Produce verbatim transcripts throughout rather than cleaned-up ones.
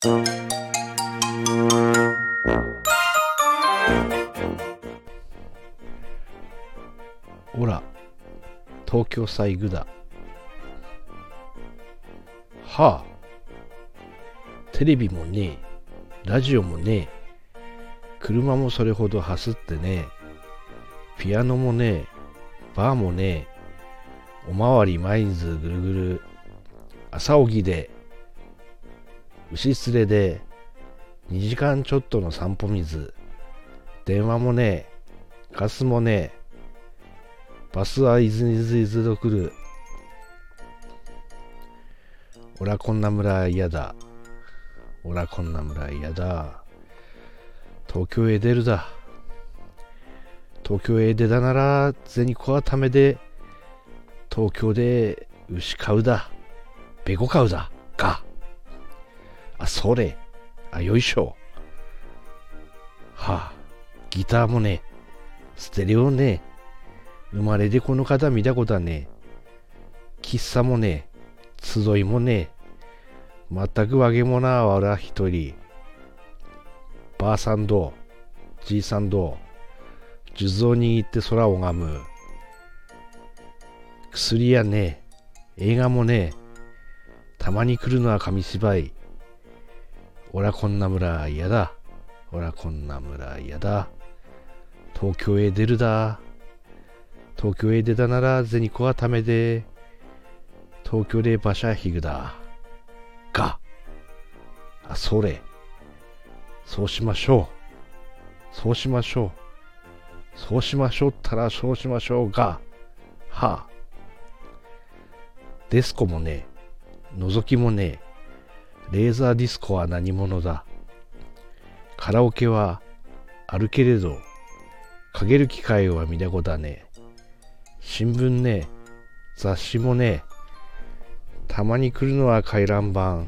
おら、東京さ行ぐだ。はあ、テレビもねえ、ラジオもねえ、車もそれほど走ってねえ、ピアノもねえ、バーもねえ、おまわり毎日ぐるぐる、朝起きで、牛連れで、にじかんちょっとの散歩水、電話もねえ、ガスもねえ、バスはいずいずいずと来る。おらこんな村嫌だ。おらこんな村嫌だ。東京へ出るだ。東京へ出たなら銭こはためで東京で牛買うだ。べこ買うだ。か。あ、それ。あ、よいしょ。はあ、ギターもね、ステレオね、生まれでこの方見たことはね、喫茶もね、集いもね、全くわげもなわら一人、ばあさんど、じいさんど、数珠を握って空を拝む。薬やね、映画もね、たまに来るのは紙芝居。おらこんな村嫌だ。おらこんな村嫌だ。東京へ出るだ。東京へ出たなら銭こはためで、東京で馬車ひぐだ。が、あ、それ。そうしましょう。そうしましょう。そうしましょうったらそうしましょうが、はあ。ディスコもね、覗きもね、レーザーディスコは何者だ。カラオケはあるけれど、かける機会は見たことはね、新聞ね、雑誌もね、たまに来るのは回覧板、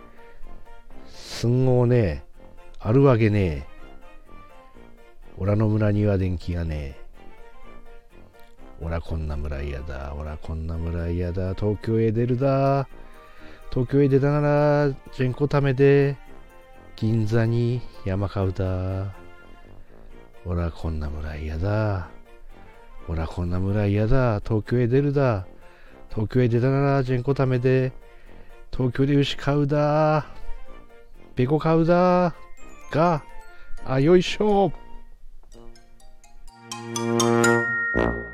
寸号ね、あるわけねえ。おらの村には電気がねえ。おらこんな村嫌だ。おらこんな村嫌だ。東京へ出るだ。東京へ出たなら、ジェンコためで、銀座に山買うだ。おらこんな村嫌だ。おらこんな村嫌だ。東京へ出るだ。東京へ出たなら、ジェンコためで、東京で牛買うだ。べこ買うだ。が、あ、よいしょ。